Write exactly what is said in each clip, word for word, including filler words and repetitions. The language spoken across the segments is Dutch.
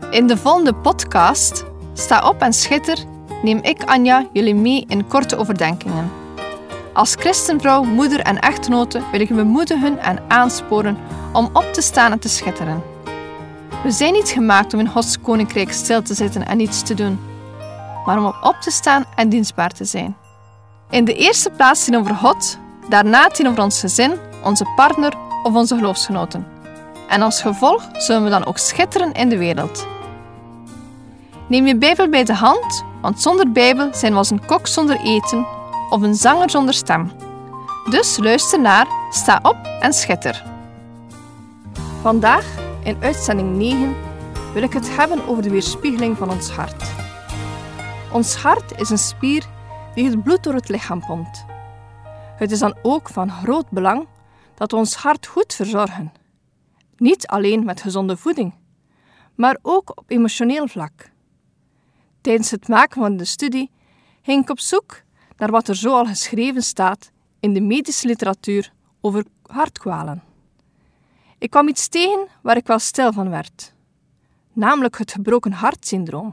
In de volgende podcast, Sta op en schitter, neem ik, Anja, jullie mee in korte overdenkingen. Als christenvrouw, moeder en echtgenote wil ik bemoedigen en aansporen om op te staan en te schitteren. We zijn niet gemaakt om in Gods koninkrijk stil te zitten en niets te doen, maar om op te staan en dienstbaar te zijn. In de eerste plaats tegenover God, daarna tegenover ons gezin, onze partner of onze geloofsgenoten. En als gevolg zullen we dan ook schitteren in de wereld. Neem je Bijbel bij de hand, want zonder Bijbel zijn we als een kok zonder eten of een zanger zonder stem. Dus luister naar, sta op en schitter. Vandaag, in uitzending negen, wil ik het hebben over de weerspiegeling van ons hart. Ons hart is een spier die het bloed door het lichaam pompt. Het is dan ook van groot belang dat we ons hart goed verzorgen. Niet alleen met gezonde voeding, maar ook op emotioneel vlak. Tijdens het maken van de studie ging ik op zoek naar wat er zoal geschreven staat in de medische literatuur over hartkwalen. Ik kwam iets tegen waar ik wel stil van werd, namelijk het gebroken hartsyndroom.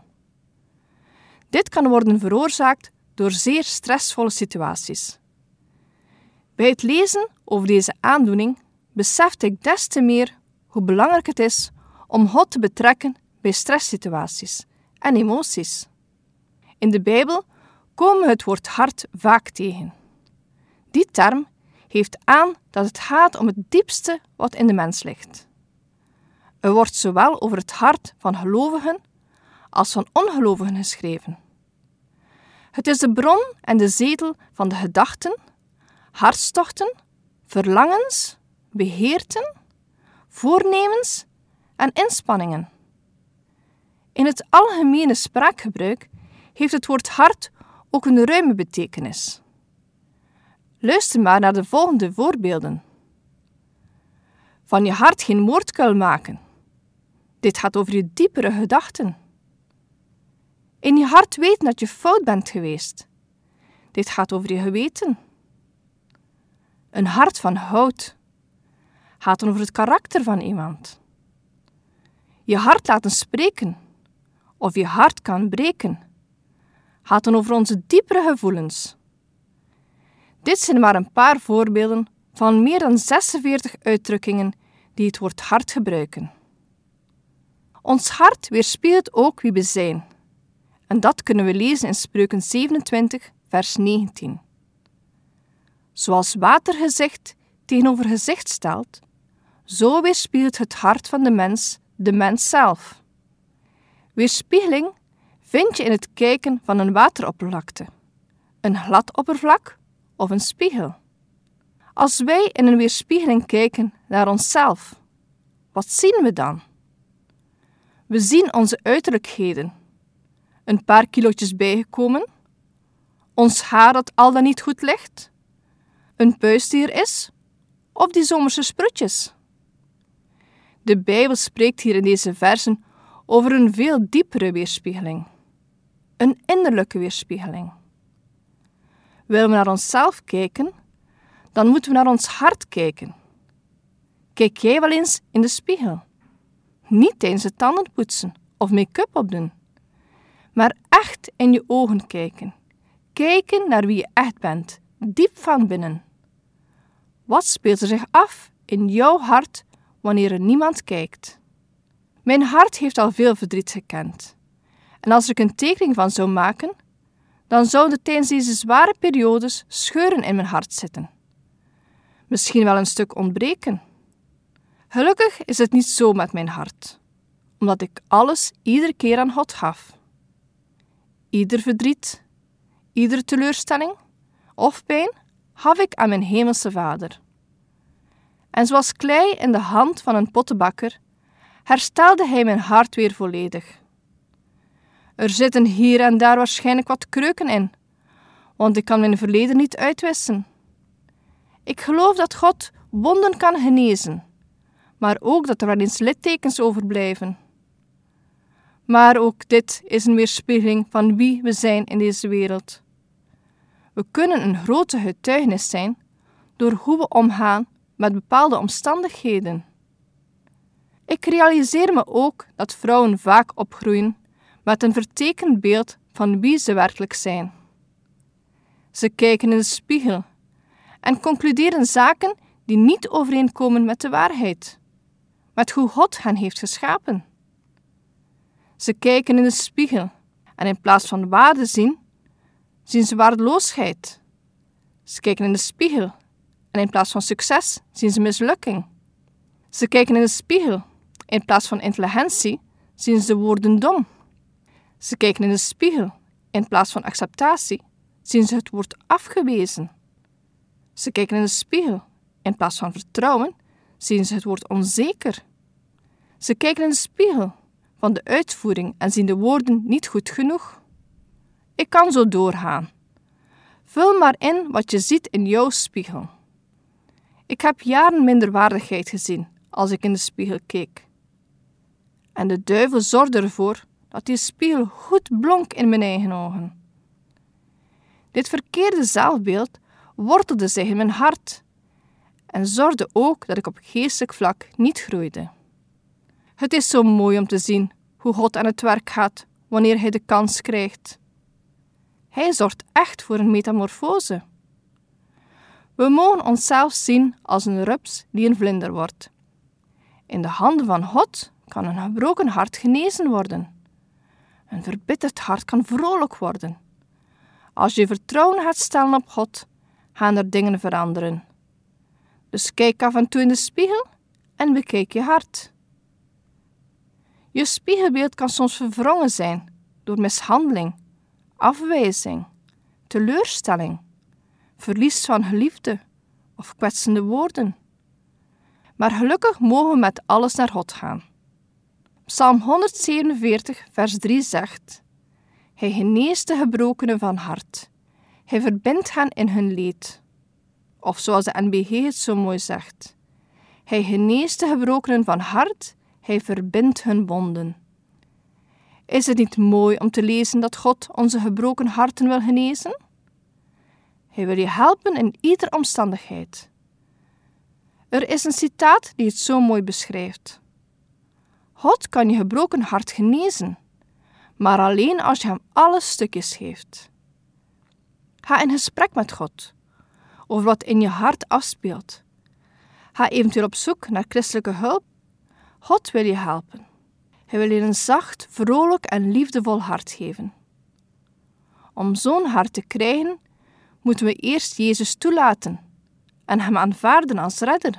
Dit kan worden veroorzaakt door zeer stressvolle situaties. Bij het lezen over deze aandoening besefte ik des te meer hoe belangrijk het is om God te betrekken bij stresssituaties en emoties. In de Bijbel komen we het woord hart vaak tegen. Die term geeft aan dat het gaat om het diepste wat in de mens ligt. Er wordt zowel over het hart van gelovigen als van ongelovigen geschreven. Het is de bron en de zetel van de gedachten, hartstochten, verlangens, begeerten, voornemens en inspanningen. In het algemene spraakgebruik heeft het woord hart ook een ruime betekenis. Luister maar naar de volgende voorbeelden. Van je hart geen moordkuil maken. Dit gaat over je diepere gedachten. In je hart weten dat je fout bent geweest. Dit gaat over je geweten. Een hart van hout gaat dan over het karakter van iemand. Je hart laten spreken of je hart kan breken gaat dan over onze diepere gevoelens. Dit zijn maar een paar voorbeelden van meer dan zesenveertig uitdrukkingen die het woord hart gebruiken. Ons hart weerspiegelt ook wie we zijn. En dat kunnen we lezen in Spreuken zevenentwintig, vers negentien. Zoals water gezicht tegenover gezicht stelt, zo weerspiegelt het hart van de mens de mens zelf. Weerspiegeling vind je in het kijken van een wateroppervlakte, een glad oppervlak of een spiegel. Als wij in een weerspiegeling kijken naar onszelf, wat zien we dan? We zien onze uiterlijkheden, een paar kilootjes bijgekomen, ons haar dat al dan niet goed ligt, een puist die er is, of die zomerse sprutjes. De Bijbel spreekt hier in deze versen over een veel diepere weerspiegeling, een innerlijke weerspiegeling. Willen we naar onszelf kijken, dan moeten we naar ons hart kijken. Kijk jij wel eens in de spiegel? Niet tijdens het tandenpoetsen of make-up opdoen, maar echt in je ogen kijken. Kijken naar wie je echt bent, diep van binnen. Wat speelt er zich af in jouw hart wanneer er niemand kijkt? Mijn hart heeft al veel verdriet gekend. En als ik een tekening van zou maken, dan zouden tijdens deze zware periodes scheuren in mijn hart zitten. Misschien wel een stuk ontbreken. Gelukkig is het niet zo met mijn hart, omdat ik alles iedere keer aan God gaf. Ieder verdriet, iedere teleurstelling of pijn gaf ik aan mijn hemelse Vader. En zoals klei in de hand van een pottenbakker, herstelde hij mijn hart weer volledig. Er zitten hier en daar waarschijnlijk wat kreuken in, want ik kan mijn verleden niet uitwissen. Ik geloof dat God wonden kan genezen, maar ook dat er wel eens littekens overblijven. Maar ook dit is een weerspiegeling van wie we zijn in deze wereld. We kunnen een grote getuigenis zijn door hoe we omgaan met bepaalde omstandigheden. Ik realiseer me ook dat vrouwen vaak opgroeien met een vertekend beeld van wie ze werkelijk zijn. Ze kijken in de spiegel en concluderen zaken die niet overeenkomen met de waarheid, met hoe God hen heeft geschapen. Ze kijken in de spiegel en in plaats van waarde zien, zien ze waardeloosheid. Ze kijken in de spiegel en in plaats van succes zien ze mislukking. Ze kijken in de spiegel. In plaats van intelligentie zien ze de woorden dom. Ze kijken in de spiegel. In plaats van acceptatie zien ze het woord afgewezen. Ze kijken in de spiegel. In plaats van vertrouwen zien ze het woord onzeker. Ze kijken in de spiegel van de uitvoering en zien de woorden niet goed genoeg. Ik kan zo doorgaan. Vul maar in wat je ziet in jouw spiegel. Ik heb jaren minderwaardigheid gezien als ik in de spiegel keek. En de duivel zorgde ervoor dat die spiegel goed blonk in mijn eigen ogen. Dit verkeerde zelfbeeld wortelde zich in mijn hart en zorgde ook dat ik op geestelijk vlak niet groeide. Het is zo mooi om te zien hoe God aan het werk gaat wanneer hij de kans krijgt. Hij zorgt echt voor een metamorfose. We mogen onszelf zien als een rups die een vlinder wordt. In de handen van God kan een gebroken hart genezen worden. Een verbitterd hart kan vrolijk worden. Als je vertrouwen gaat stellen op God, gaan er dingen veranderen. Dus kijk af en toe in de spiegel en bekijk je hart. Je spiegelbeeld kan soms verwrongen zijn door mishandeling, afwijzing, teleurstelling, verlies van geliefde of kwetsende woorden. Maar gelukkig mogen we met alles naar God gaan. Psalm honderdzevenenveertig, vers drie zegt: Hij geneest de gebrokenen van hart. Hij verbindt hen in hun leed. Of zoals de N B G het zo mooi zegt: Hij geneest de gebrokenen van hart. Hij verbindt hun wonden. Is het niet mooi om te lezen dat God onze gebroken harten wil genezen? Hij wil je helpen in iedere omstandigheid. Er is een citaat die het zo mooi beschrijft. God kan je gebroken hart genezen, maar alleen als je hem alle stukjes geeft. Ga in gesprek met God over wat in je hart afspeelt. Ga eventueel op zoek naar christelijke hulp. God wil je helpen. Hij wil je een zacht, vrolijk en liefdevol hart geven. Om zo'n hart te krijgen, moeten we eerst Jezus toelaten en hem aanvaarden als redder.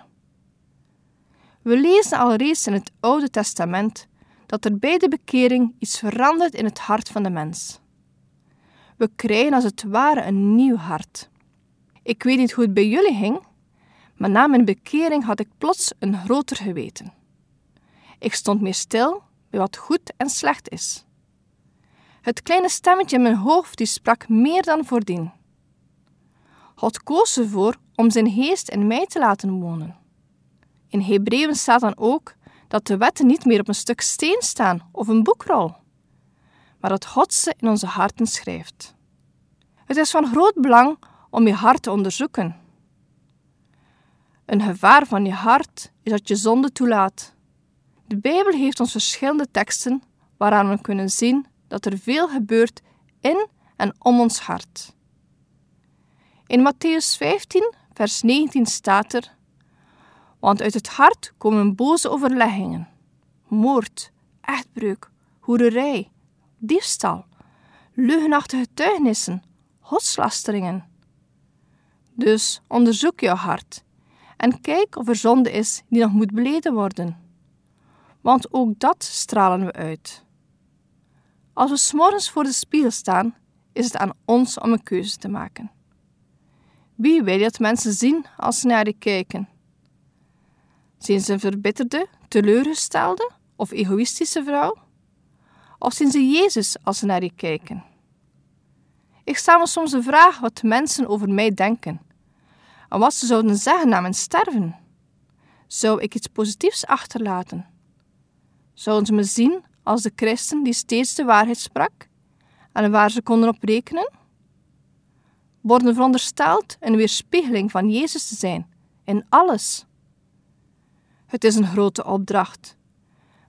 We lezen al reeds in het Oude Testament dat er bij de bekering iets verandert in het hart van de mens. We krijgen als het ware een nieuw hart. Ik weet niet hoe het bij jullie ging, maar na mijn bekering had ik plots een groter geweten. Ik stond meer stil bij wat goed en slecht is. Het kleine stemmetje in mijn hoofd die sprak meer dan voordien. God koos ervoor om zijn geest in mij te laten wonen. In Hebreeën staat dan ook dat de wetten niet meer op een stuk steen staan of een boekrol, maar dat God ze in onze harten schrijft. Het is van groot belang om je hart te onderzoeken. Een gevaar van je hart is dat je zonde toelaat. De Bijbel heeft ons verschillende teksten waaraan we kunnen zien dat er veel gebeurt in en om ons hart. In Mattheüs vijftien, vers negentien staat er: Want uit het hart komen boze overleggingen, moord, echtbreuk, hoererij, diefstal, leugenachtige getuigenissen, godslasteringen. Dus onderzoek jouw hart en kijk of er zonde is die nog moet beleden worden. Want ook dat stralen we uit. Als we 's morgens voor de spiegel staan, is het aan ons om een keuze te maken. Wie wil je dat mensen zien als ze naar je kijken? Zien ze een verbitterde, teleurgestelde of egoïstische vrouw? Of zien ze Jezus als ze naar je kijken? Ik stel me soms de vraag wat mensen over mij denken en wat ze zouden zeggen na mijn sterven. Zou ik iets positiefs achterlaten? Zouden ze me zien als de christen die steeds de waarheid sprak en waar ze konden op rekenen? Worden verondersteld een weerspiegeling van Jezus te zijn in alles. Het is een grote opdracht,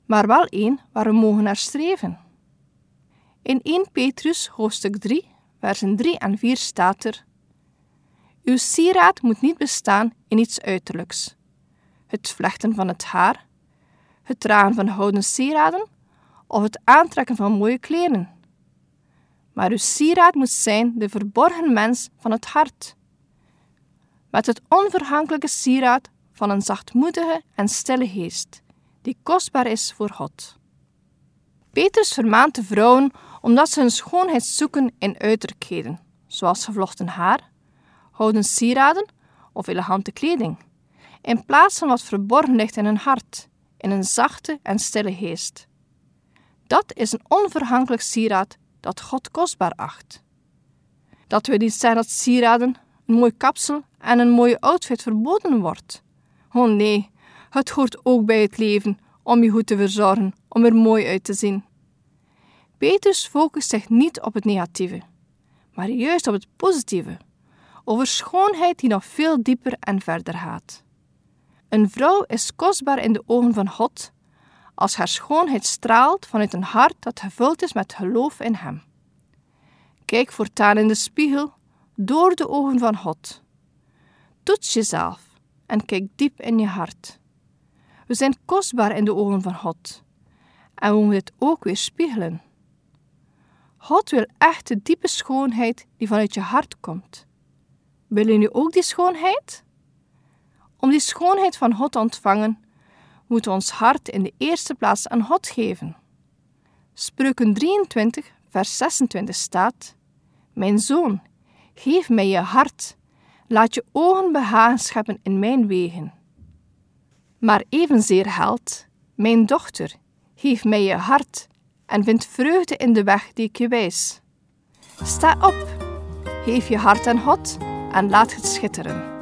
maar wel één waar we mogen naar streven. In eerste Petrus hoofdstuk drie, versen drie en vier staat er: Uw sieraad moet niet bestaan in iets uiterlijks. Het vlechten van het haar, het dragen van gouden sieraden of het aantrekken van mooie kleren. Maar uw sieraad moet zijn de verborgen mens van het hart, met het onvergankelijke sieraad van een zachtmoedige en stille geest, die kostbaar is voor God. Petrus vermaant de vrouwen omdat ze hun schoonheid zoeken in uiterlijkheden, zoals gevlochten haar, gouden sieraden of elegante kleding, in plaats van wat verborgen ligt in hun hart, in een zachte en stille geest. Dat is een onvergankelijk sieraad dat God kostbaar acht. Dat wil niet zeggen dat sieraden, een mooi kapsel en een mooie outfit verboden wordt. Oh nee, het hoort ook bij het leven om je goed te verzorgen, om er mooi uit te zien. Petrus focust zich niet op het negatieve, maar juist op het positieve, over schoonheid die nog veel dieper en verder gaat. Een vrouw is kostbaar in de ogen van God als haar schoonheid straalt vanuit een hart dat gevuld is met geloof in Hem. Kijk voortaan in de spiegel door de ogen van God. Toets jezelf en kijk diep in je hart. We zijn kostbaar in de ogen van God en we moeten dit ook weer spiegelen. God wil echt de diepe schoonheid die vanuit je hart komt. Wil je nu ook die schoonheid? Om die schoonheid van God te ontvangen, moeten we ons hart in de eerste plaats aan God geven. Spreuken drieëntwintig, vers zesentwintig staat: Mijn zoon, geef mij je hart, laat je ogen behagen scheppen in mijn wegen. Maar evenzeer geldt: Mijn dochter, geef mij je hart en vind vreugde in de weg die ik je wijs. Sta op, geef je hart aan God en laat het schitteren.